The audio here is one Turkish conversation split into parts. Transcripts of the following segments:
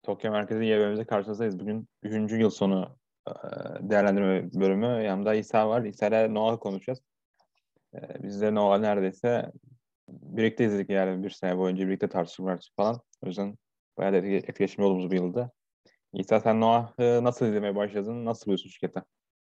Tokyo Merkezi YBB'mize karşınızdayız. Bugün 3. yıl sonu e, değerlendirme bölümü. Yanımda İsa var. İsa ile Noah konuşacağız. Biz de Noah neredeyse birlikte izledik yani bir sene boyunca birlikte tartışmalar falan. O yüzden bayağı da etkileşimli olduğumuz bir yıldı. İsa sen Noah'ı nasıl izlemeye başladın? Nasıl buluyorsun şirketi?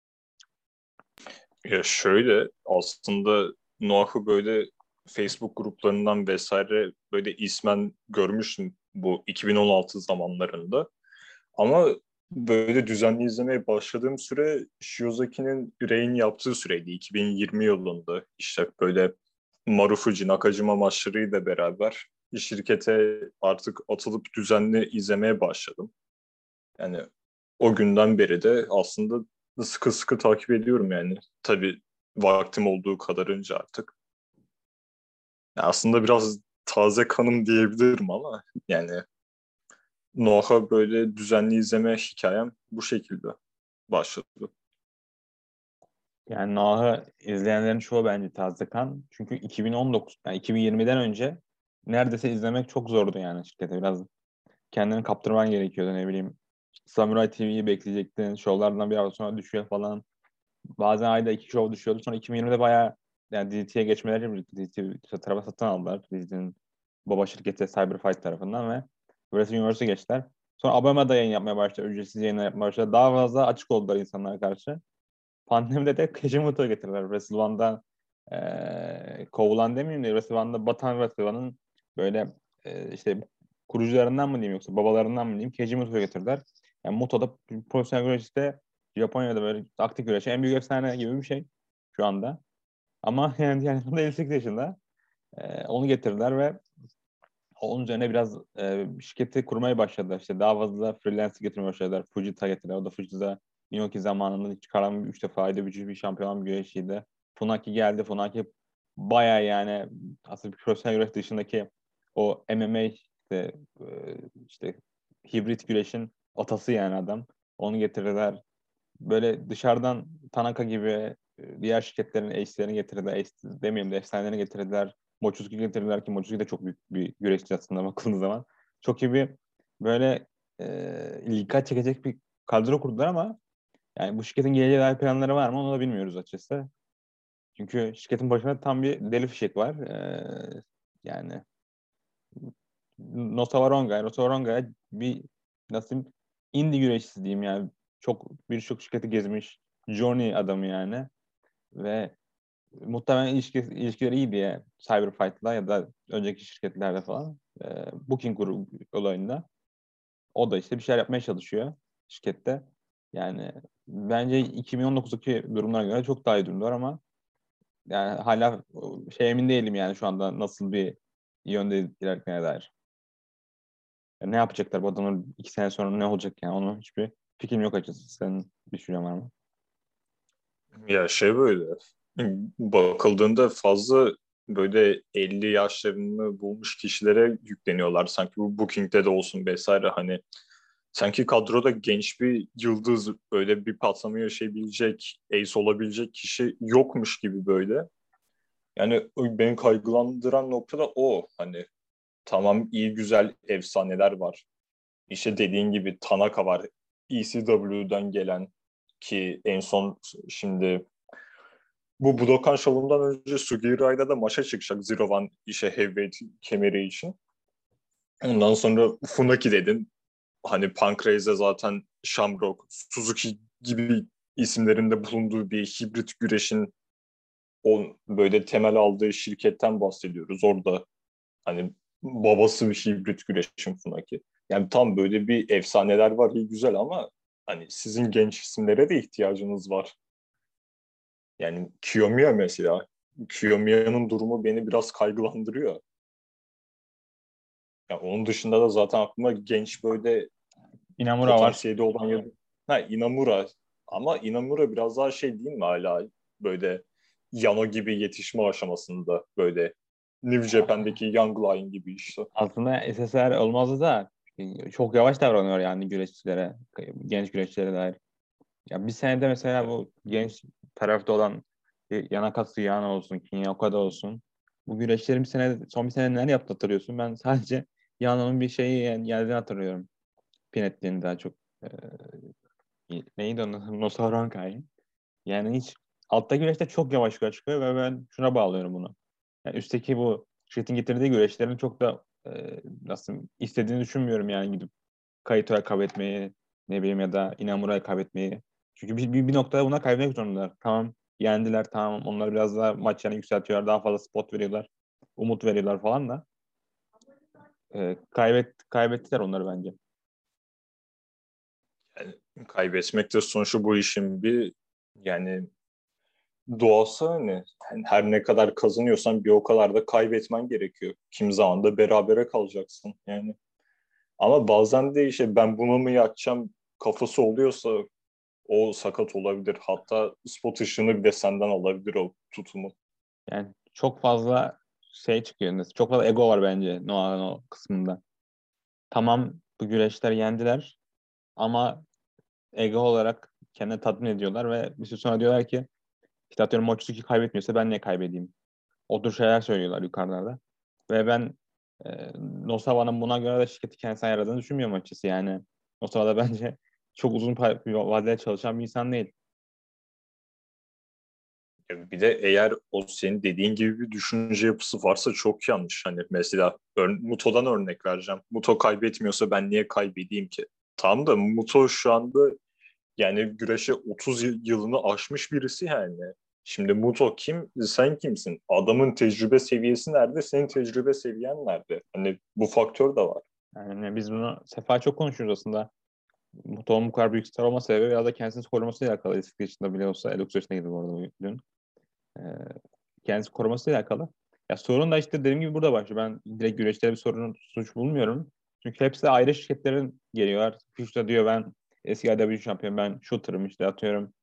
Ya şöyle aslında Noah'ı böyle Facebook gruplarından vesaire böyle ismen görmüştüm bu 2016 zamanlarında. Ama böyle düzenli izlemeye başladığım süre Shiozaki'nin Reign yaptığı süreydi. 2020 yılında işte böyle Marufuji, Nakajima maçlarıyla beraber şirkete artık atılıp düzenli izlemeye başladım. Yani o günden beri de aslında sıkı sıkı takip ediyorum yani. Tabii vaktim olduğu kadarınca artık. Ya aslında biraz taze kanım diyebilirim ama yani Noah'a böyle düzenli izleme hikayem bu şekilde başladı. Yani Noah'ı izleyenlerin çoğu bence taze kan. Çünkü 2019, yani 2020'den önce neredeyse izlemek çok zordu yani şirkete. Biraz kendini kaptırman gerekiyordu ne bileyim. Samurai TV'yi bekleyecektin. Şovlardan bir hafta sonra düşüyor falan. Bazen ayda 2 şov düşüyordu. Sonra 2020'de bayağı yani DDT'ye geçmeleriyle birlikte DDT işte tarafa satın aldılar. DDT'nin baba şirketi Cyberfight tarafından ve Wrestling Universe'e geçtiler. Sonra Abama'da yayın yapmaya başladı. Ücretsiz yayınlar yapmaya başladı. Daha fazla açık oldular insanlara karşı. Pandemide de Kejimuto'yu getirdiler. Wrestle One'da kovulan demeyeyim de Wrestle One'da batan Wrestle One'ın böyle işte kurucularından mı diyeyim yoksa babalarından mı diyeyim Kejimuto'yu getirdiler. Yani Muto'da profesyonel güreşte Japonya'da böyle aktif güreşi en büyük efsane gibi bir şey şu anda. Ama yani 58 yaşında onu getirdiler ve onun üzerine biraz şirketi kurmaya başladılar. İşte daha fazla freelance getirmeye başladılar. Fujita getirdiler. O da Fujita Inoki zamanında çıkaran 3 defa IWGP bir şampiyon bir güreşçiydi. Funaki geldi. Funaki bayağı yani aslında bir profesyonel güreş dışındaki o MMA işte hibrit güreşin atası yani adam. Onu getirdiler. Böyle dışarıdan Tanaka gibi diğer şirketlerin ace'lerini getirdiler. Ace demeyeyim de efsanelerini getirdiler. Mochizuki getirdiler ki Mochizuki de çok büyük bir güreşçi aslında bakıldığı zaman. Çok iyi bir böyle dikkat çekecek bir kadro kurdular ama yani bu şirketin geleceğe dair planları var mı onu da bilmiyoruz açıkçası. Çünkü şirketin başında tam bir deli fişek var. Yani Nosawa Ronga bir nasıl diyeyim, indie güreşçisi diyeyim yani. Birçok şirketi gezmiş. Journey adamı yani. Ve muhtemelen ilişkileri iyi diye Cyberfight'la ya da önceki şirketlerde falan. Booking grubu olayında. O da işte bir şeyler yapmaya çalışıyor şirkette. Yani bence 2019'daki durumlara göre çok daha iyi durumdalar ama yani hala emin değilim yani şu anda nasıl bir yönde ilerlemeye dair. Yani ne yapacaklar bu adamın 2 sene sonra ne olacak yani onun hiçbir fikrim yok açıkçası. Senin bir düşüncen var mı? Ya şey böyle bakıldığında fazla böyle 50 yaşlarını bulmuş kişilere yükleniyorlar. Sanki bu Booking'de de olsun vesaire hani sanki kadroda genç bir yıldız böyle bir patlamayı yaşayabilecek, ace olabilecek kişi yokmuş gibi böyle. Yani beni kaygılandıran nokta da o. Hani tamam iyi güzel efsaneler var. İşte dediğin gibi Tanaka var. ECW'den gelen ki en son şimdi bu Budokan Show'undan önce Sugihira'yla da maça çıkacak Zero One işe heavyweight kemeri için. Ondan sonra Funaki dedin. Hani Pancrase'de zaten Shamrock, Suzuki gibi isimlerinde bulunduğu bir hibrit güreşin o böyle temel aldığı şirketten bahsediyoruz. Orada hani babası bir hibrit güreşin Funaki. Yani tam böyle bir efsaneler var iyi güzel ama hani sizin genç isimlere de ihtiyacınız var. Yani Kiyomiya mesela. Kiyomiya'nın durumu beni biraz kaygılandırıyor. Yani onun dışında da zaten aklıma genç böyle Inamura var. potansiyeli olan ya ha, Inamura. Ama Inamura biraz daha şey değil mi hala böyle Yano gibi yetişme aşamasında böyle New Japan'daki Young Lion gibi işte. Aslında SSR olmazdı da çok yavaş davranıyor yani güreşçilere, genç güreşçilere dair. Ya bir senede mesela bu genç tarafta olan Yanakatsu Yano olsun, Kinya Okada olsun. Bu güreşlerin son bir sene neler yaptı hatırlıyorsun. Ben sadece Yano'nun bir şeyi yani yerden hatırlıyorum. Pinetti'nin daha çok e, neydi onun? Nosarankai. Yani hiç altta güreşte çok yavaş yukarı çıkıyor ve ben şuna bağlıyorum bunu. Yani üstteki bu şirketin getirdiği güreşlerin çok da nasıl istediğini düşünmüyorum yani gidip Kaito'ya kaybetmeyi ne bileyim ya da Inamura'ya kaybetmeyi. Çünkü bir noktada buna kaybetmek zorundalar. Tamam yendiler tamam onlar biraz daha maç yani yükseltiyorlar daha fazla spot veriyorlar. Umut veriyorlar falan da kaybettiler onları bence. Yani kaybetmek de sonuçta bu işin bir yani doğası hani. Yani her ne kadar kazanıyorsan bir o kadar da kaybetmen gerekiyor. Kim zaman da berabere kalacaksın yani. Ama bazen de işte ben bunu mu yapacağım kafası oluyorsa o sakat olabilir. Hatta spot ışığını bir de senden alabilir o tutumu. Yani çok fazla şey çıkıyor. Çok fazla ego var bence Noah'ın o kısmında. Tamam bu güreşler yendiler ama ego olarak kendini tatmin ediyorlar ve bir süre sonra diyorlar ki işte atıyorum Mochizuki kaybetmiyorsa ben niye kaybedeyim? O tür şeyler söylüyorlar yukarılarda. Ve ben Nosawa'nın buna göre de şirketi kendisine yaradığını düşünmüyorum açıkçası. Yani Nosawa da bence çok uzun vadede çalışan bir insan değil. Bir de eğer o senin dediğin gibi bir düşünce yapısı varsa çok yanlış. Hani mesela Muto'dan örnek vereceğim. Muto kaybetmiyorsa ben niye kaybedeyim ki? Tam da Muto şu anda yani güreşe 30 yılını aşmış birisi yani. Şimdi Muto kim? Sen kimsin? Adamın tecrübe seviyesi nerede? Senin tecrübe seviyen nerede? Hani bu faktör de var. Yani biz bunu Sefa çok konuşuyoruz aslında. Muto'nun bu kadar büyük star olma sebebi biraz da kendisini korumasıyla alakalı. Eski yaşında bile olsa 59 yaşına girdi bu arada dün. E, kendisi korumasıyla alakalı. Ya sorun da işte dediğim gibi burada başlıyor. Ben direkt güreşlere bir sorun suç bulmuyorum. Çünkü hepsi de ayrı şirketlerin geliyorlar. Fuchs diyor ben eski IW şampiyonu ben shooter'ım işte atıyorum.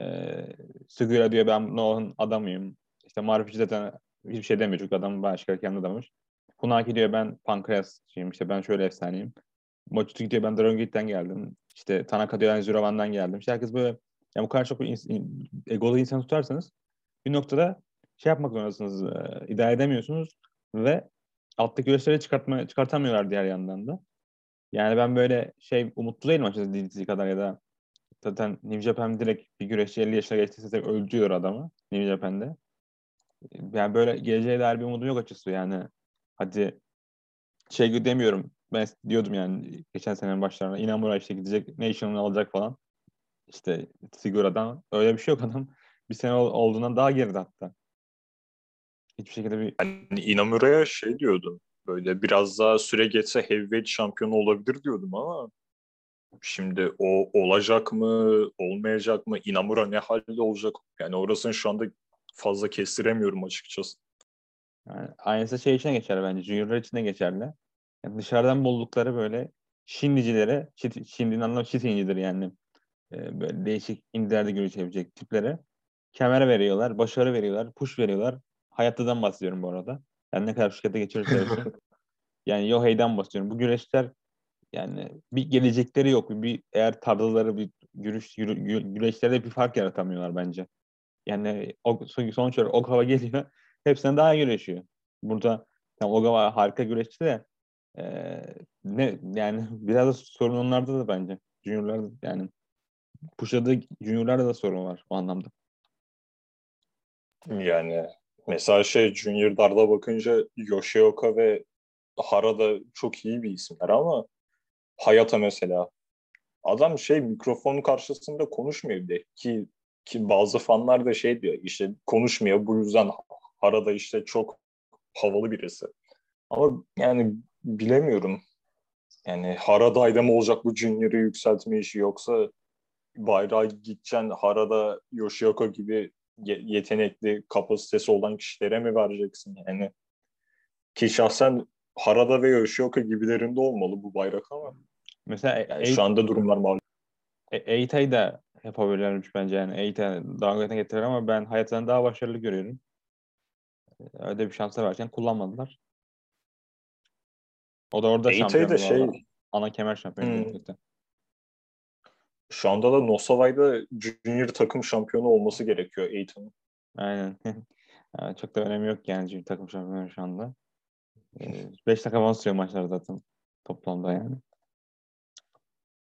Sugiura diyor ben Noah'ın adamıyım. İşte Marufuji zaten hiçbir şey demiyor çünkü adam başka kendi adammış. Funaki diyor ben Pankreas'cıyım işte ben şöyle efsaneyim. Mochizuki diyor ben Dragon Gate'den geldim. İşte Tanaka diyor ben Zuravan'dan geldim. İşte herkes böyle yani bu kadar çok egolu insan tutarsanız bir noktada şey yapmak zorundasınız. İdare edemiyorsunuz ve alttaki güreşleri çıkartamıyorlar diğer yandan da. Yani ben böyle şey umutlu değilim açıkçası DDT kadar ya da zaten New Japan direkt bir güreşçi 50 yaşına geçtiyse direkt öldürüyor adamı New Japan'de. Yani böyle geleceğe dair bir umudum yok açıkçası yani. Hadi şey demiyorum. Ben diyordum yani geçen senenin başlarında Inamura işte gidecek National'ı alacak falan. İşte Sigura'dan. Öyle bir şey yok adam. Bir sene olduğundan daha geride hatta. Hiçbir şekilde bir Hani Inamura'ya şey diyordum. Böyle biraz daha süre geçse heavyweight şampiyonu olabilir diyordum ama şimdi o olacak mı, olmayacak mı? Inamura ne halde olacak? Yani orasını şu anda fazla kestiremiyorum açıkçası. yani aynısı şey için geçerli bence. Juniorlar için de geçerli. Yani dışarıdan buldukları böyle şimdicilere, şimdinin anlamı cheat incidir yani. Böyle değişik indilerde görüşebilecek tiplere kemer veriyorlar, başarı veriyorlar, push veriyorlar. Hayattadan bahsediyorum bu arada. Yani ne kadar şirkete geçirirse olsun. Yani Yohei'den bahsediyorum. Bu güreşler yani bir gelecekleri yok. Bir eğer tarlaları bir güreşlerde bir fark yaratamıyorlar bence. Yani sonuç olarak Ogawa geliyor. Hepsinden daha iyi güreşiyor. Burada tam Ogawa harika güreşçi de ne yani biraz da sorun onlarda da bence. Juniorlar yani pushladığı juniorlarda da sorun var o anlamda. Yani mesela şey Junior'larda bakınca Yoshioka ve Hara da çok iyi bir isimler ama Hayata mesela adam şey mikrofonun karşısında konuşmuyor bile ki bazı fanlar da şey diyor işte konuşmuyor bu yüzden Hara da işte çok havalı birisi. Ama yani bilemiyorum. Yani Haraday'da mı olacak bu Junior'ı yükseltme işi yoksa bayrağı gideceksin Harada Yoshioka gibi yetenekli kapasitesi olan kişilere mi vereceksin? Yani ki şahsen Harada ve Yoshioka gibilerinde olmalı bu bayrak ama Mesela yani şu anda durumlar malum. Eita'yı da yapabilirlermiş bence yani. Eita daha önceden getirir ama ben hayatlarını daha başarılı görüyorum. Öyle bir şanslar varken kullanmadılar. O da orada Eita'yı da şampiyondu valla. şey Ana kemer şampiyonu hmm, gerçekten. şu anda da Nosawa'da Junior takım şampiyonu olması gerekiyor Eita'nın. Aynen. Yani çok da önemi yok yani çünkü takım şampiyonu şu anda. 5 dakika falan sürüyor maçlar zaten toplamda yani.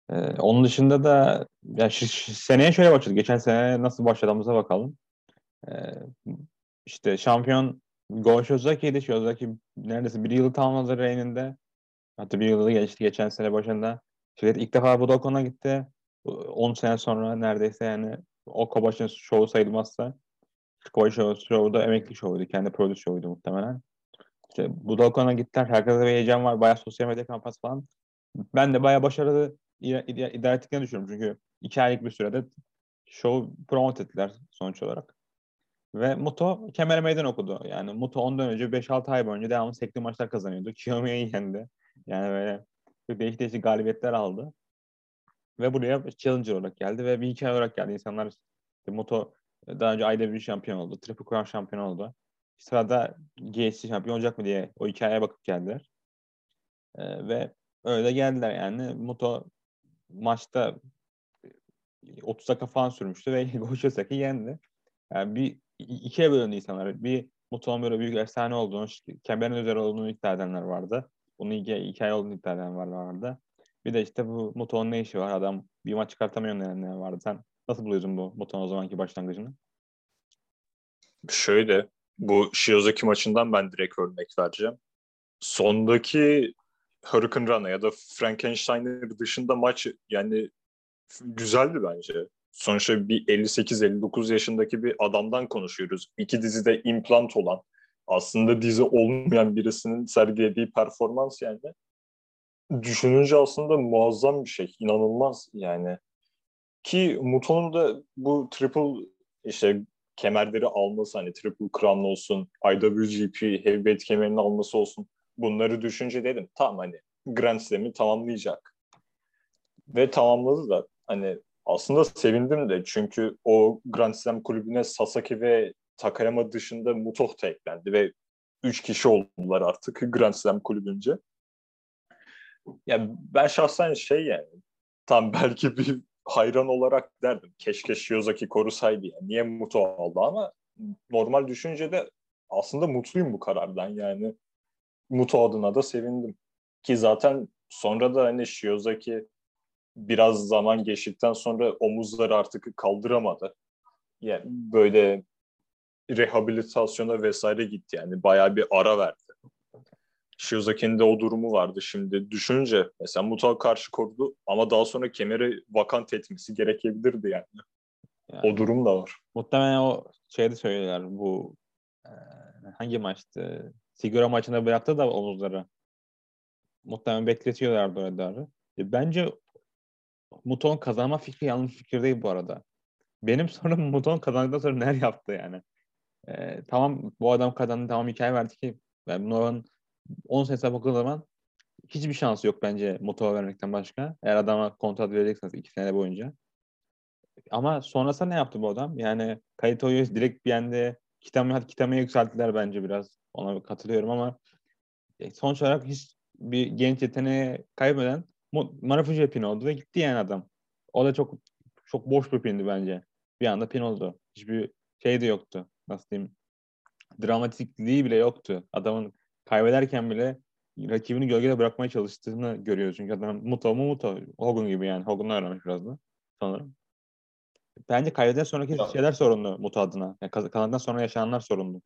Onun dışında da ya seneye şöyle başladı. Geçen sene nasıl başladığımıza bakalım. Ee, işte şampiyon Go Shozaki'ydi. Shozaki neredeyse bir yılı tamamladı Reign'inde. Hatta bir yılı geçti geçen sene başında. Şirket ilk defa Budokan'a gitti. 10 sene sonra neredeyse yani o Kobaş'ın şovu sayılmazsa. Kobaş şovu da emekli şovuydu. Kendi prodüs şovuydu muhtemelen. İşte Budokan'a gittiler. Herkese bir heyecan var. Bayağı sosyal medya kampanyası falan. Ben de bayağı başarılı idare ettiklerini düşünüyorum. Çünkü 2 aylık bir sürede show promote ettiler sonuç olarak. Ve Muto kemere meydan okudu. Yani Muto ondan önce 5-6 ay boyunca devamlı sekli maçlar kazanıyordu. Kiyomi'yi yendi. Yani böyle değişik değişik galibiyetler aldı. Ve buraya Challenger olarak geldi ve bir hikaye olarak geldi. İnsanlar işte Muto daha önce IWGP şampiyon oldu. Triple Crown şampiyon oldu. Sırada GHC şampiyon olacak mı diye o hikayeye bakıp geldiler. Ve öyle geldiler yani. Muto maçta 30 dakika falan sürmüştü ve Goşosaki yendi. Yani ikiye bölündü insanlar. Bir Muto'nun böyle büyük efsane olduğunu, kemerin üzeri olduğunu iddia edenler vardı. Bunun hikaye olduğunu iddia edenler vardı. Bir de işte bu Muto'nun ne işi var? Adam bir maç çıkartamıyor diyenler vardı. Sen nasıl buluyorsun bu Muto'nun o zamanki başlangıcını? Şöyle, bu Shiozaki maçından ben direkt örnek vereceğim. Sondaki Hurricane Rana ya da Frankensteiner dışında maç yani güzeldi bence. Sonuçta bir 58-59 yaşındaki bir adamdan konuşuyoruz. İki dizide implant olan, aslında dizi olmayan birisinin sergilediği performans yani. Düşününce aslında muazzam bir şey. İnanılmaz yani. Ki Muto'nun da bu triple işte kemerleri alması hani Triple Crown olsun, IWGP Heavyweight kemerini alması olsun. Bunları düşünce dedim tamam hani Grand Slam'i tamamlayacak. Ve tamamladı da hani aslında sevindim de çünkü o Grand Slam kulübüne Sasaki ve Takayama dışında Muto da eklendi ve 3 kişi oldular artık Grand Slam kulübünce. Ya ben şahsen şey yani tam belki bir hayran olarak derdim. Keşke Shiozaki korusaydı yani. Niye Muto aldı ama normal düşünce de aslında mutluyum bu karardan yani. Muto adına da sevindim. Ki zaten sonra da hani Shiozaki biraz zaman geçtikten sonra omuzları artık kaldıramadı. Yani böyle rehabilitasyona vesaire gitti yani. Bayağı bir ara verdi. Shiozaki'nin de o durumu vardı şimdi. Düşününce mesela Muto karşı korudu ama daha sonra kemeri vakant etmesi gerekebilirdi yani. O Yani durum da var. muhtemelen o şeyde söylüyorlar bu e, hangi maçtı? Sigura maçında bıraktı da omuzları. Muhtemelen bekletiyorlardı orada. Bence Muton kazanma fikri yanlış fikir değil bu arada. Benim sorum Muton kazandıktan sonra neler yaptı yani. Tamam bu adam kazandı, tamam hikaye verdi ki yani Noah'ın 10 sene bakıldığı zaman hiçbir şansı yok bence Muto'ya vermekten başka. Eğer adama kontrat verecekseniz 2 sene boyunca. Ama sonrasında ne yaptı bu adam? Yani Kaito'yu direkt bir anda Kitami'ye yükselttiler bence biraz. Ona katılıyorum ama sonuç olarak hiç bir genç yeteneği kaybeden Marufuji pin oldu ve gitti yani adam. O da çok çok boş bir pindi bence. Bir anda pin oldu. Hiçbir şey de yoktu. Nasıl diyeyim? Dramatikliği bile yoktu. Adamın kaybederken bile rakibini gölgede bırakmaya çalıştığını görüyoruz. Çünkü adam Muto. Hogan gibi yani. Hogan'ı öğrenmiş biraz da sanırım. Bence kaybeden sonraki Ya, şeyler sorunlu Muto adına. Yani kazandıktan sonra yaşananlar sorunlu.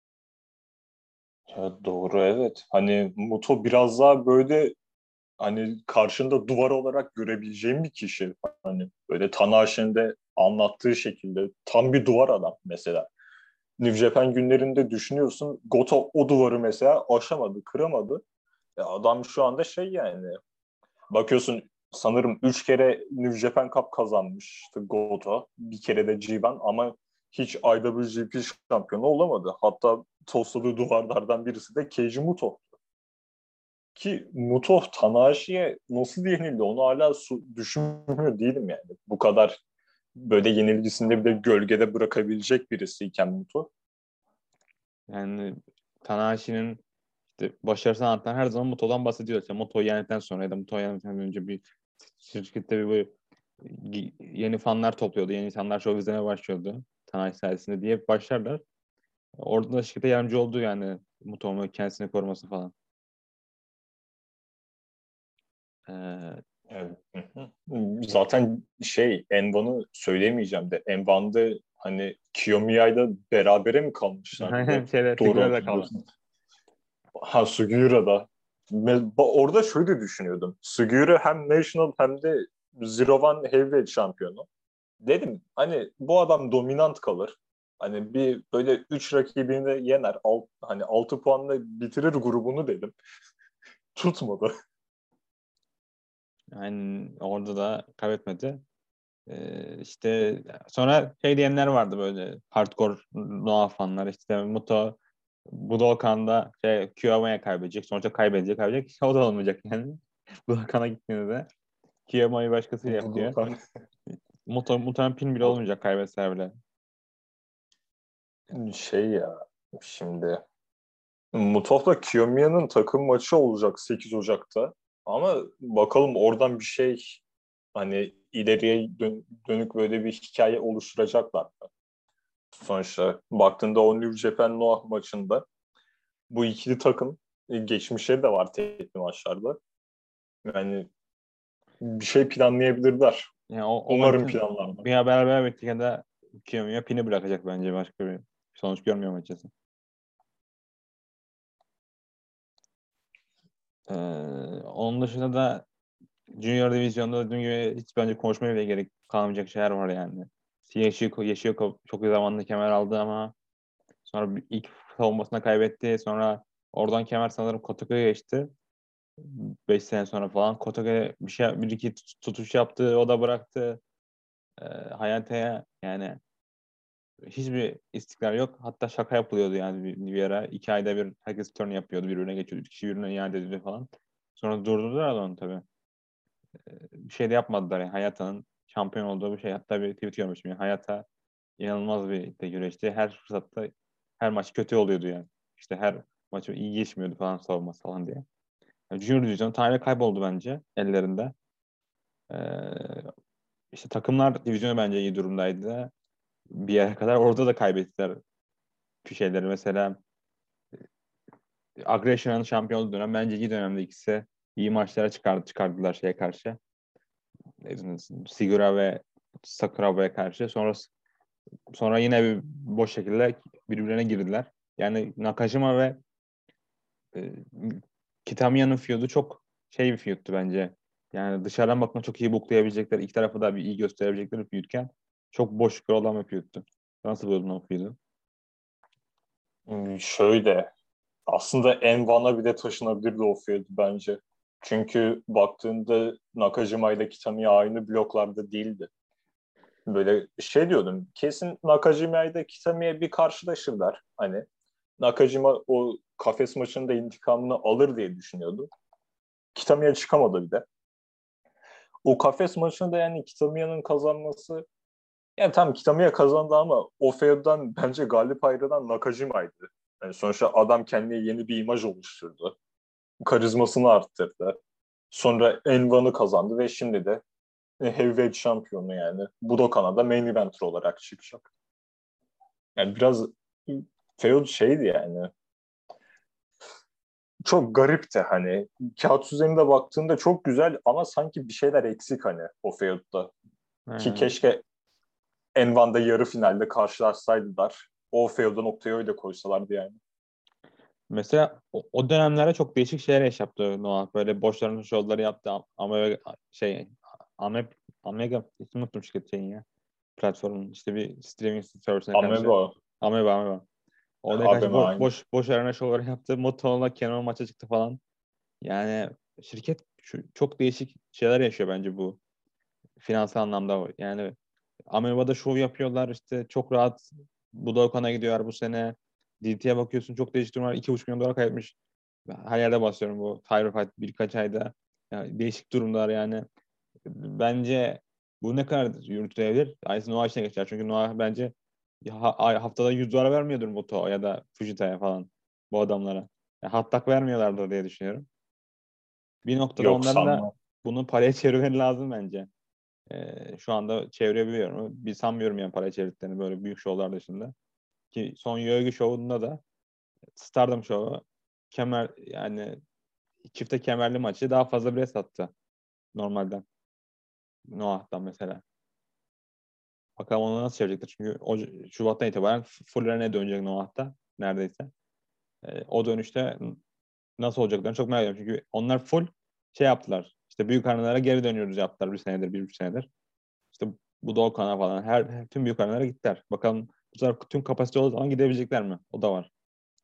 ya doğru evet. Hani Muto biraz daha böyle hani karşında duvar olarak görebileceğim bir kişi. Hani böyle Tanahashi'nin de anlattığı şekilde tam bir duvar adam mesela. New Japan günlerinde düşünüyorsun Goto o duvarı mesela aşamadı, kıramadı. Adam şu anda şey yani bakıyorsun sanırım 3 kere New Japan Cup kazanmıştı Goto. Bir kere de G1 ama hiç IWGP şampiyonu olamadı. Hatta tosladığı duvarlardan birisi de Keiji Muto. Ki Muto Tanahashi'ye nasıl yenildi onu hala düşünmüyor değilim yani. Bu kadar böyle yenilgisinde bir de gölgede bırakabilecek birisiyken Muto. Yani Tanahashi'nin İşte başarısını anlatan her zaman Muto'dan bahsediyor. İşte Muto'yu yendikten sonra ya da Muto'yu yendikten önce bir şirkette bir yeni fanlar topluyordu. Yeni insanlar şov izlemeye başlıyordu. Tanahashi sayesinde diye başlarlar. Orada da şirkete yardımcı oldu yani Muto'nun kendisini koruması falan. Ee, Evet. Hı hı. Zaten Envan'ı söyleyemeyeceğim de Envan'da hani Kiyomiya'yla berabere mi kalmışlardı? Aynen şeyde Doğru Figür'e de kaldı. hatırlıyorsun. Ha, Sugiura'da. Orada şöyle düşünüyordum. Sugiura hem National hem de Zero One Heavyweight şampiyonu. Dedim hani bu adam dominant kalır. Hani bir böyle 3 rakibini yener. Hani 6 puanla bitirir grubunu dedim. Tutmadı. Yani orada da kaybetmedi. İşte sonra şey diyenler vardı böyle hardcore Noah fanlar işte Budokan'da Kiyomiya kaybedecek. Sonuçta kaybedecek. O da olmayacak yani. Budokan'a gittiğinde de Kiyomiya'yı başkasıyla yapıyor. Budokan Muhtemelen pin bile olmayacak kaybetseler bile. ya şimdi Mutof'la Kiyomiya'nın takım maçı olacak 8 Ocak'ta. Ama bakalım oradan bir hani ileriye dönük böyle bir hikaye oluşturacaklar mı? Sonuçta baktığında o New Japan Noah maçında bu ikili takım geçmişleri de var tekli maçlarda. Yani bir şey planlayabilirler. Yani o Umarım maçın planlarlar. bir beraber bittik ya da Kiyomiya pini bırakacak bence başka bir sonuç görmüyorum açıkçası. Ee, Onun dışında da Junior Divizyon'da dediğim gibi hiç bence konuşmaya bile gerek kalmayacak şeyler var yani. Yoshiko çok iyi zamanda kemer aldı ama sonra ilk savunmasına kaybetti. Sonra oradan kemer sanırım Kotaka'ya geçti. 5 sene sonra falan. Kotaka bir iki tutuş yaptı. O da bıraktı. Hayate'ye yani hiçbir istikrar yok. Hatta şaka yapılıyordu yani bir ara. 2 ayda bir herkes turn yapıyordu. Birbirine geçiyordu. 3 kişi birbirine iade ediyordu falan. Sonra durdurdular onu tabii. Bir şey de yapmadılar yani. Hayata'nın şampiyon olduğu bir şey. Hatta bir tweet görmüşüm. Yani Hayata inanılmaz bir de güreşti. Her fırsatta her maç kötü oluyordu yani. İşte her maçı iyi geçmiyordu falan savunması falan diye. Yani Junior Division tamamen kayboldu bence ellerinde. Ee, işte takımlar divizyonu bence iyi durumdaydı. Bir yere kadar orada da kaybettiler bir şeyleri. Mesela Aggression'ın şampiyon olduğu dönem bence iyi dönemde ikisi iyi maçlara çıkardılar şeye karşı. Sigura ve Sakuraba'ya karşı. Sonra yine bir boş şekilde birbirlerine girdiler. Yani Nakajima ve e, Kitamiya'nın feud'u çok şey bir feud'tu bence. Yani dışarıdan bakma çok iyi boklayabilecekler, iki tarafı da bir iyi gösterebilecekleri bir feud'ken çok boş olan bir feud'tu. Nasıl buldun o feud'u? Şöyle aslında N1'a bile taşınabilirdi o field bence. Çünkü baktığında Nakajima ile Kitamiya aynı bloklarda değildi. Böyle diyordum. Kesin Nakajima ile Kitamiya bir karşılaşırlar. Hani Nakajima o kafes maçında intikamını alır diye düşünüyordum. Kitamiya çıkamadı bir de. O kafes maçında yani Kitamiya'nın kazanması, yani tam Kitamiya kazandı ama o feud'dan bence galip ayrılan Nakajima'ydı. Yani sonuçta adam kendine yeni bir imaj oluşturdu. Karizmasını arttırdı. Sonra N1'ı kazandı ve şimdi de heavyweight şampiyonu yani. Budokan'a da main eventer olarak çıkacak. Yani biraz feud yani. Çok garipti hani. Kağıt üzerinde baktığında çok güzel ama sanki bir şeyler eksik hani o feud'da. Ki Aynen. keşke N1'da yarı finalde karşılaşsaydılar. O feud'a noktayı öyle koysalardı yani. Mesela o dönemlerde çok değişik şeyler yaptı Noah. Böyle boşların şovları yaptı. Ama şey Ame, Amega hiç unuttum şirket şeyin ya. Platformun işte bir streaming servisine karşı. Ameba, Ameba. Oraya karşı Abema aynı. boş arena şovları yaptı. Moto'la Kenan maça çıktı falan. Yani şirket çok değişik şeyler yaşıyor bence bu finansal anlamda. Yani Ameba'da şov yapıyorlar işte çok rahat Budokan'a gidiyorlar bu sene. DT'ye bakıyorsun çok değişik durumlar. 2,5 milyon dolar kaybetmiş. Her yerde basıyorum bu Tyro Fight birkaç ayda. Yani değişik durumlar yani. Bence bu ne kadar yürütülebilir? Aynısı Noah işine geçer. Çünkü Noah bence haftada $100 vermiyordur Moto ya da Fujita'ya falan bu adamlara. Hattak vermiyorlardır diye düşünüyorum. Bir noktada Yok onların da sanmam. bunu paraya çevirmeleri lazım bence. Şu anda çevirebiliyorum. Bir sanmıyorum yani paraya çevirdiklerini böyle büyük şovlar dışında. Ki son Yogi şovunda da Stardom şovu kemer yani çifte kemerli maçı daha fazla bile sattı. normalden. Noah'tan mesela. Bakalım onu nasıl çevirecektir. Çünkü Şubat'tan itibaren full rene dönecek Noah'ta neredeyse. O dönüşte nasıl olacaklarını çok merak ediyorum. Çünkü onlar full şey yaptılar. İşte büyük arenalara geri dönüyoruz yaptılar bir senedir, bir üç senedir. İşte bu Doğukan'a falan tüm büyük arenalara gittiler. Bakalım bu sefer tüm kapasite olduğu zaman gidebilecekler mi? O da var.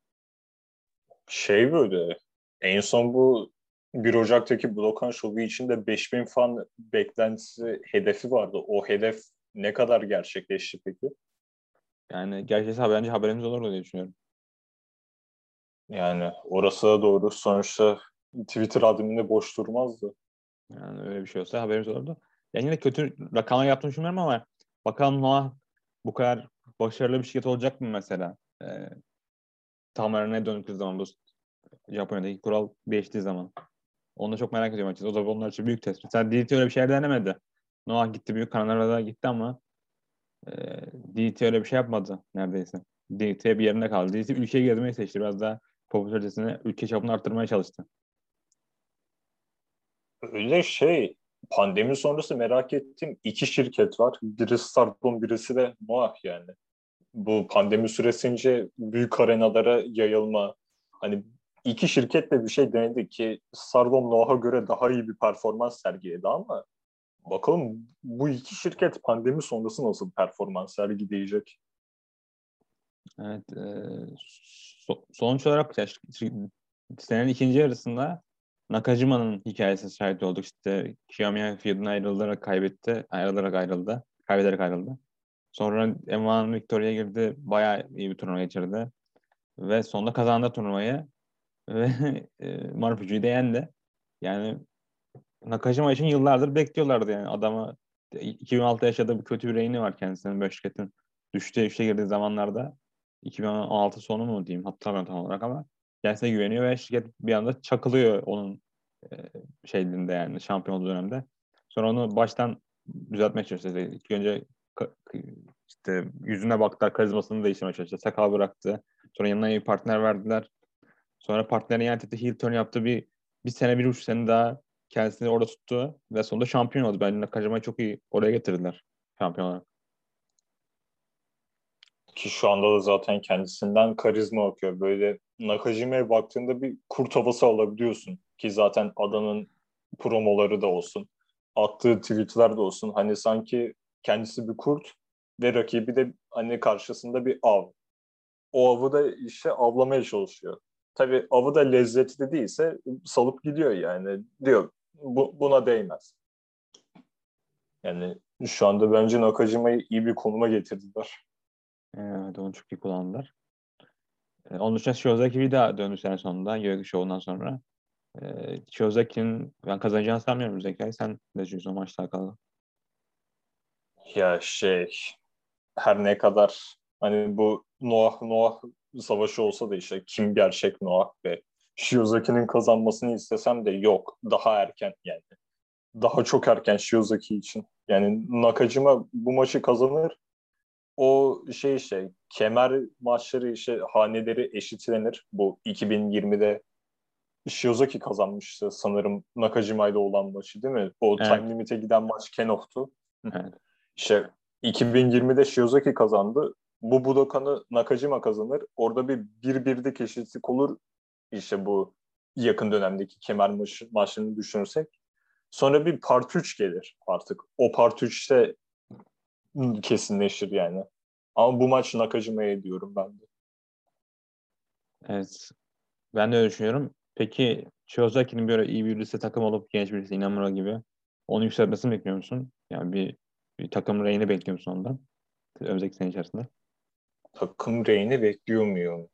Şey böyle en son bu 1 Ocak'taki Blokan Şovu için de 5.000 fan beklentisi hedefi vardı. O hedef ne kadar gerçekleşti peki? Yani gerçekten bence haberimiz olur diye düşünüyorum. Yani orası da doğru. Sonuçta Twitter admini boş durmazdı. Yani öyle bir şey olsa haberimiz olurdu. Yani yine kötü rakamlar yaptığını düşünmüyorum ama bakalım Noah bu kadar başarılı bir şirket olacak mı mesela? Tam ne döndüğü zaman bu Japonya'daki kural değiştiği zaman. Onu da çok merak ediyorum açıkçası. O da onlar için büyük test. Mesela DT öyle bir şey denemedi. Noah gitti büyük kanallara gitti ama e, DT öyle bir şey yapmadı neredeyse. DT bir yerinde kaldı. DT ülkeye gezmeyi seçti. Biraz daha popülaritesini, ülke çapını arttırmaya çalıştı. Öyle pandemi sonrası merak ettiğim iki şirket var. Birisi Stardom, birisi de Noah yani. Bu pandemi süresince büyük arenalara yayılma. Hani iki şirket de bir şey denedi ki Stardom Noah'a göre daha iyi bir performans sergiledi ama bakalım bu iki şirket pandemi sonrası nasıl performans sergileyecek? Evet. Sonuç olarak ya, senenin ikinci yarısında Nakajima'nın hikayesine şahit olduk. İşte Kiyomiya feud'una ayrılarak kaybetti. Ayrılarak ayrıldı. Kaybederek ayrıldı. Sonra M1 Victoria'ya girdi. Bayağı iyi bir turnuva geçirdi. Ve sonunda kazandı turnuvayı. Ve Marufuji'yi de yendi. Yani Nakajima için yıllardır bekliyorlardı yani. Adama 2006 yaşadığı bir kötü bir reyni var kendisinin böyle şirketin düştüğü işe girdiği zamanlarda. 2016 sonu mu diyeyim hatırlamıyorum tam olarak ama kendisine güveniyor ve şirket bir anda çakılıyor onun e, şeyliğinde yani şampiyon olduğu dönemde. Sonra onu baştan düzeltmeye çalıştı. İlk önce işte yüzüne baktılar, karizmasını değiştirmeye çalıştı. Sakal bıraktı. Sonra yanına iyi bir partner verdiler. Sonra partnerin ihanet etti. Heel turn yaptı. Bir sene, bir buçuk sene daha kendisini orada tuttu. Ve sonunda şampiyon oldu. Bence Nakajima'yı çok iyi oraya getirdiler. Şampiyon olarak. Ki şu anda da zaten kendisinden karizma akıyor. Böyle Nakajima'ya baktığında bir kurt havası alabiliyorsun. Ki zaten adanın promoları da olsun. Attığı tweetler de olsun. Hani sanki kendisi bir kurt ve rakibi de hani karşısında bir av. O avı da işte avlamaya çalışıyor. Tabii avı da lezzetli değilse salıp gidiyor yani. Diyor buna değmez. Yani şu anda bence Nakajima'yı iyi bir konuma getirdiler. Evet, onu çok iyi kullandılar. Onun dışında Shiozaki bir daha döndü sene sonunda. Yogi Show'undan sonra. Shiozaki'nin ben kazanacağını sanmıyorum Zekai. Sen ne düşünüyorsun o maçta alakalı? Ya her ne kadar hani bu Noah savaşı olsa da işte kim gerçek Noah ve Shiozaki'nin kazanmasını istesem de yok. Daha erken yani. Daha çok erken Shiozaki için. Yani Nakajima bu maçı kazanır. O kemer maçları işte haneleri eşitlenir. Bu 2020'de Shiozaki kazanmıştı sanırım Nakajima ile olan maçı değil mi? O Evet, time limit'e giden maç Kenoh'tu. evet. İşte 2020'de Shiozaki kazandı. Bu Budokan'ı Nakajima kazanır. Orada bir 1-1'lik eşitlik olur. İşte bu yakın dönemdeki kemer maçını düşünürsek. Sonra bir part 3 gelir artık. O part 3'te kesinleşir yani. Ama bu maç Nakajima'ya diyorum ben de. Evet. Ben de öyle düşünüyorum. Peki Shiozaki'nin böyle iyi bir lise takım olup genç birisi Inamura gibi onu yükseltmesini bekliyor musun? Yani bir takım reyini bekliyor musun ondan? Önümüzdeki sene içerisinde. Takım reyini bekliyor muyum?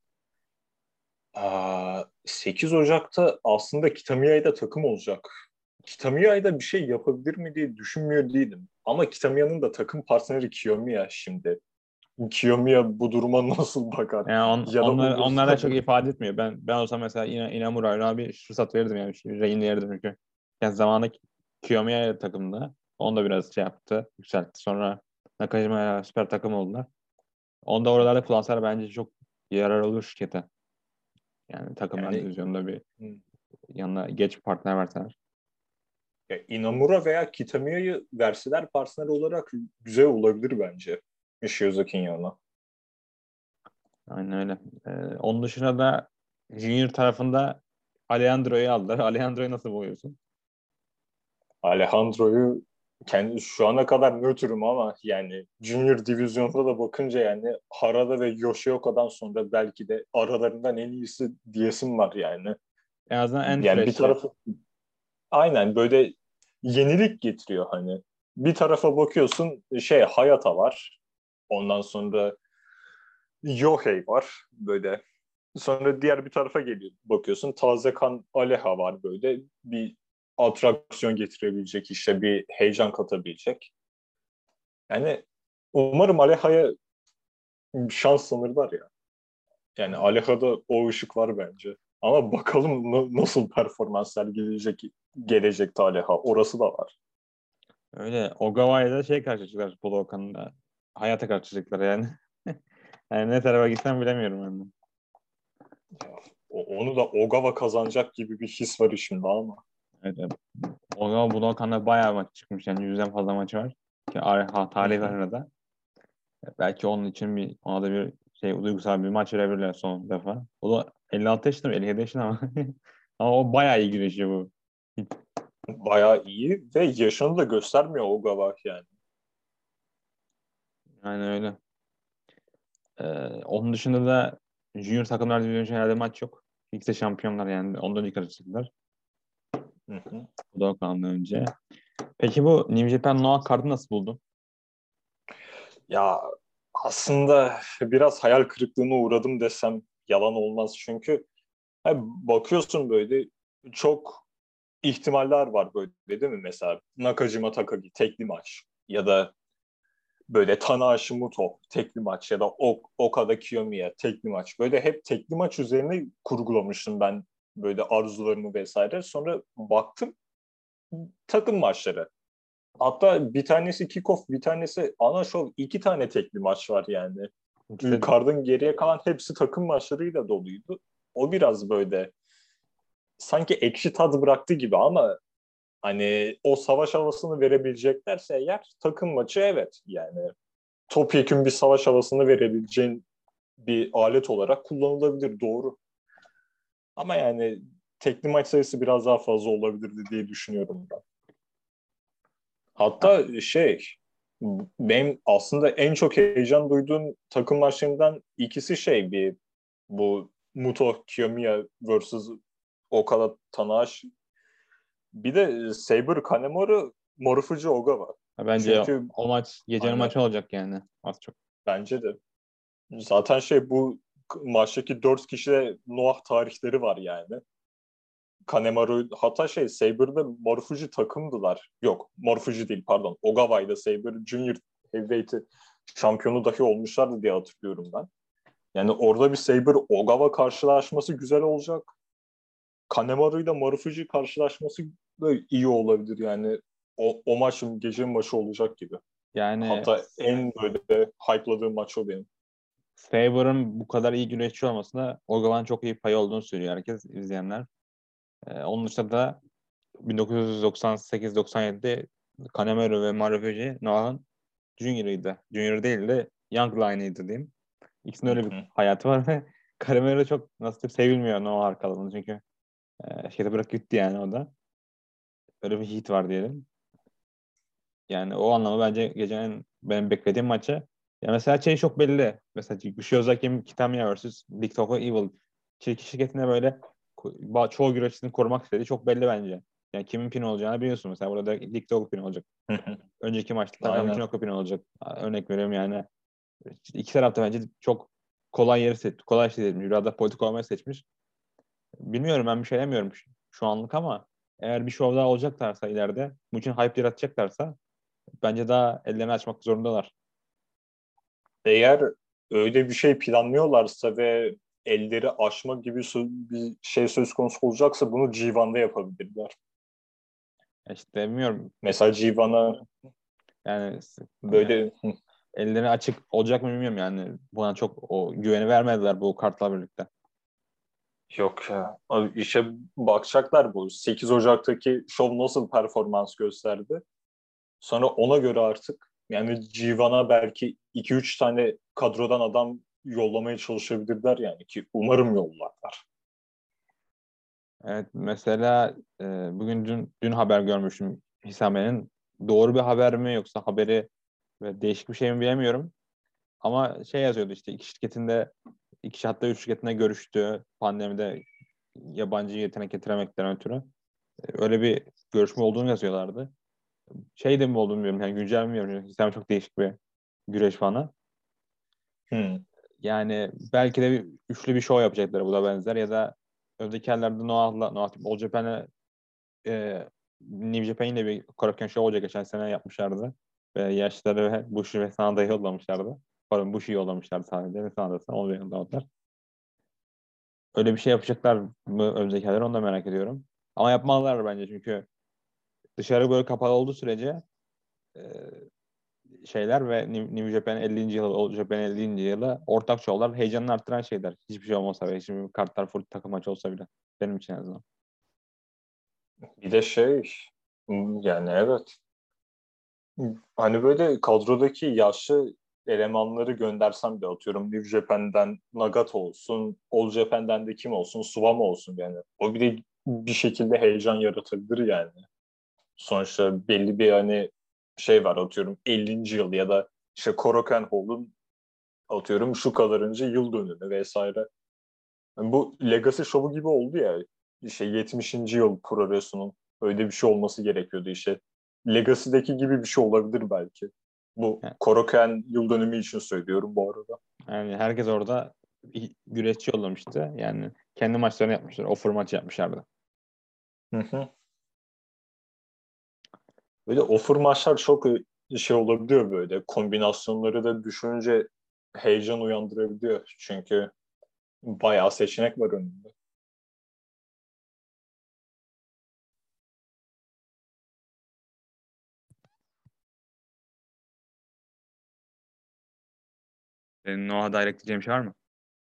8 Ocak'ta aslında Kitamiya'ya da takım olacak. Kitamiya'ya da bir şey yapabilir mi diye düşünmüyor değilim. Ama Kitamiya'nın da takım partneri Kiyomiya şimdi. Kiyomiya bu duruma nasıl bakar? Yani Ya da onlara olursa çok ifade etmiyor. Ben olsam mesela Inamura'ya bir fırsat verirdim yani. Rehin verirdim çünkü. Yani zamanında Kiyomiya takımda. Onu da biraz şey yaptı, yükseltti. Sonra Nakajima'ya süper takım oldular. Onda oralarda kullansalar bence çok yarar olur şirkete. Yani takımlar yani divizyonunda bir yanına geç partner verseler. Ya Inamura veya Kitamiya'yı verseler partner olarak güzel olabilir bence. Shiozaki'nin yanına. Aynen öyle. Onun dışında da Junior tarafında Alejandro'yu aldılar. Alejandro'yu nasıl buluyorsun? Alejandro'yu kendi şu ana kadar nötrüm ama yani Junior divizyonda da bakınca yani Harada ve Yoshioka'dan sonra belki de aralarından en iyisi diyesim var yani. En azından en Yani bir fresh'i. tarafı aynen böyle yenilik getiriyor hani. Bir tarafa bakıyorsun Hayata var. Ondan sonra Yohei var böyle. Sonra diğer bir tarafa geliyor. Bakıyorsun taze kan Aleha var böyle. Bir atraksiyon getirebilecek işte bir heyecan katabilecek. Yani umarım Aleha'ya şans tanırlar ya. Yani Aleha'da o ışık var bence. Ama bakalım nasıl performanslar gelecekte Aleha. Orası da var. Öyle. Ogawa'yla karşılaşacaklar Polo Okan'la. Hayata karşılaşacaklar yani. Yani ne tarafa gitsem bilemiyorum ben de. Onu da Ogawa kazanacak gibi bir his var içimde ama. Evet, evet. Ogawa Budokan'da bayağı maç çıkmış. Yani 100'den fazla maçı var. Ki Hı tarih hı. arasında. Belki onun için ona da bir duygusal bir maç verebilirler son defa. O da 56 yaşında mı? 57 yaşında ama. Ama o bayağı iyi güreşiyor bu. Bayağı iyi ve yaşını da göstermiyor Ogawa yani. Yani öyle. Onun dışında da Junior takımlar divizyonu herhalde maç yok. İkisi de şampiyonlar yani. Ondan yukarı çıktılar. Hı hı. Bu da Okan'dan önce. Peki bu New Japan Noah Card'ı nasıl buldun? Ya aslında biraz hayal kırıklığına uğradım desem yalan olmaz. Çünkü bakıyorsun böyle çok ihtimaller var böyle değil mi? Mesela Nakajima Takagi tekli maç ya da böyle Tanahashi Muto tekli maç ya da Okada Kiyomiya tekli maç. Böyle hep tekli maç üzerine kurgulamıştım ben böyle arzularımı vesaire. Sonra baktım takım maçları. Hatta bir tanesi kickoff, bir tanesi ana show. İki tane tekli maç var yani. İkisi de Card'ın geriye kalan hepsi takım maçlarıyla doluydu. O biraz böyle sanki ekşi tadı bıraktı gibi ama hani o savaş havasını verebileceklerse eğer takım maçı evet yani topyekun bir savaş havasını verebileceğin bir alet olarak kullanılabilir doğru. Ama yani tekli maç sayısı biraz daha fazla olabilirdi diye düşünüyorum ben. Hatta benim aslında en çok heyecan duyduğum takım maçlarından ikisi bir bu Muto Kiyomiya vs. Okada Tanahashi. Bir de Saber Kanemaru Marufuji Ogawa. bence Çünkü o maç gecenin aynen maçı olacak yani. Az çok. bence de. Zaten bu maçtaki 4 kişi de Noah tarihleri var yani. Kanemaru hatta Saber'da Marufuji takımdılar. Yok Marufuji değil pardon. Ogawa'yla Saber Junior Heavyweight şampiyonu dahi olmuşlardı diye hatırlıyorum ben. Yani orada bir Saber Ogawa karşılaşması güzel olacak. Kanemaru ile Marufuji karşılaşması da iyi olabilir yani. O maçın gecenin maçı olacak gibi. Yani Hatta en böyle hype'ladığım maç o benim. Saber'ın bu kadar iyi güreşçi olmasına Ogawa'nın çok iyi payı olduğunu söylüyor herkes, izleyenler. Onun dışında da 1998-97'de Kanemaru ve Marufuji Noah'ın Junior'ıydı. Junior değil de Young Line'ıydı diyeyim. İkisinin Hı öyle bir hı. hayatı var ve Kanemaru çok nasıl diyeyim sevilmiyor Noah arkalarında çünkü bırak gitti yani o da. Öyle bir hit var diyelim. Yani o anlamda bence gecenin benim beklediğim maçı. Ya mesela çok belli. Mesela Shiozaki Kitamiya vs. Big Toko Evil. Çirki şirketine böyle çoğu güreşçisini korumak istediği çok belli bence. Yani kimin pin olacağını biliyorsun. Mesela burada Big Toko pin olacak. Hı hı. Önceki maçta Aynen. Takamichi pin olacak. Örnek veriyorum yani. İki tarafta bence çok kolay yeri seçmiş. Kolay şey seçmiş. Biraz da politik olmayı seçmiş. Bilmiyorum, ben bir şey demiyorum şu anlık ama eğer bir şov daha olacaklarsa ileride bu için hype yaratacaklarsa bence daha ellerini açmak zorundalar. Eğer öyle bir şey planlıyorlarsa ve elleri aşma gibi bir şey söz konusu olacaksa bunu G1'da yapabilirler. İşte bilmiyorum. Mesela G1'a Yani böyle elleri açık olacak mı bilmiyorum yani. Buna çok o güveni vermediler bu kartla birlikte. Yok ya. Abi işe bakacaklar bu. 8 Ocak'taki şov nasıl performans gösterdi? Sonra ona göre artık yani Civan'a belki 2-3 tane kadrodan adam yollamaya çalışabilirler yani ki umarım yollarlar. Evet, mesela dün haber görmüştüm Hisame'nin. Doğru bir haber mi yoksa haberi ve değişik bir şey mi bilemiyorum. Ama şey yazıyordu işte iki hatta üç şirketinde görüştü pandemide yabancı yetenek getiremekten ötürü. Öyle bir görüşme olduğunu yazıyorlardı. Şey de mi olduğunu bilmiyorum. Yani güncel mi bilmiyorum. Hisam çok değişik bir güreş fanı. Hmm. Yani belki de üçlü bir show yapacaklar bu da benzer ya da öndeki yerlerde Noah'la All Japan'e New Japan yine bir Korakuen Show olacak geçen sene yapmışlardı. Ve yaşları ve Bushi ve Sanada'yı yollamışlardı. Pardon Bushi'yi yollamışlardı sadece ve Sanada'sını onu yollamadılar. Öyle bir şey yapacaklar mı önümüzdeki yerler onu da merak ediyorum. Ama yapmalılar bence çünkü dışarı böyle kapalı olduğu sürece e, şeyler ve New Japan 50. yılı, All Japan 50. yılı ortak şovlar heyecanını arttıran şeyler. Hiçbir şey olmasa bile. Şimdi kartlar full takım maçı olsa bile. Benim için en azından. Bir de yani evet. Hani böyle kadrodaki yaşlı elemanları göndersem de atıyorum New Japan'den Nagata olsun, All Japan'den de kim olsun, Suwama olsun yani. O bir de bir şekilde heyecan yaratabilir yani. Sonuçta belli bir hani şey var atıyorum 50. yıl ya da işte Korakuen Hall'un atıyorum şu kadarıncı yıl dönümü vesaire. Yani bu Legacy şovu gibi oldu ya. İşte 70. yıl Pro Wrestling'un öyle bir şey olması gerekiyordu işte. Legacy'deki gibi bir şey olabilir belki. Bu Yani, Korakuen yıl dönümü için söylüyorum bu arada. yani herkes orada güreşçi yollamıştı. Yani kendi maçlarını yapmışlar. Offer maç yapmışlardı. Hı hı. Böyle offer maçlar çok şey olabiliyor böyle. Kombinasyonları da düşününce heyecan uyandırabiliyor. Çünkü bayağı seçenek var önünde. Senin Noah'a direkt diyeceğim şey var mı?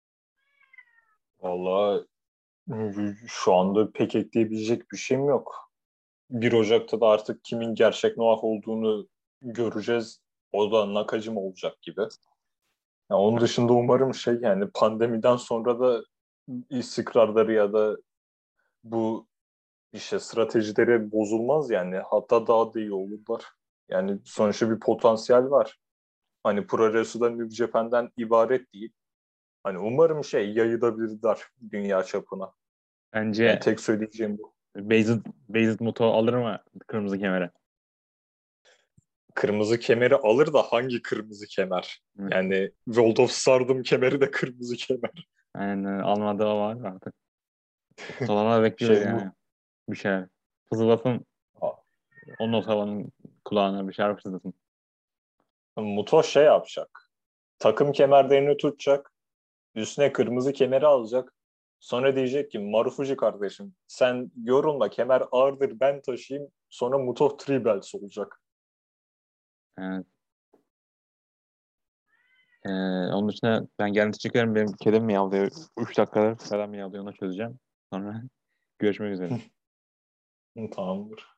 Vallahi şu anda pek ekleyebilecek bir şeyim yok. 1 Ocak'ta da artık kimin gerçek Noah olduğunu göreceğiz. O da Nakajima olacak gibi. Yani onun dışında umarım yani pandemiden sonra da istikrarları ya da bu işte stratejileri bozulmaz yani. Hatta daha da iyi olurlar. Yani sonuçta bir potansiyel var. Hani Pro Wrestling'dan New Japan'den ibaret değil. Hani umarım yayılabilirler dünya çapına. Yani Bence tek söyleyeceğim bu. Beyzit Muto alır mı kırmızı kemere? Kırmızı kemeri alır da hangi kırmızı kemer? Hı. Yani World of Stardom kemeri de kırmızı kemer. Yani almadığı var artık. Solana bekliyoruz yani. Bu Bir şeyler. Fısıldasın. O notavanın kulağına bir şeyler fısıldasın. Muto yapacak. Takım kemerlerini tutacak. Üstüne kırmızı kemeri alacak. Sonra diyecek ki Marufuji kardeşim sen yorulma kemer ağırdır ben taşıyayım. Sonra Muto Three Belts olacak. Evet. Ee, Onun dışında ben gelmiş çıkarım. Benim kedim miyavlıyor. 3 dakikadır falan miyavlıyor. Onu çözeceğim. Sonra görüşmek üzere. Tamamdır.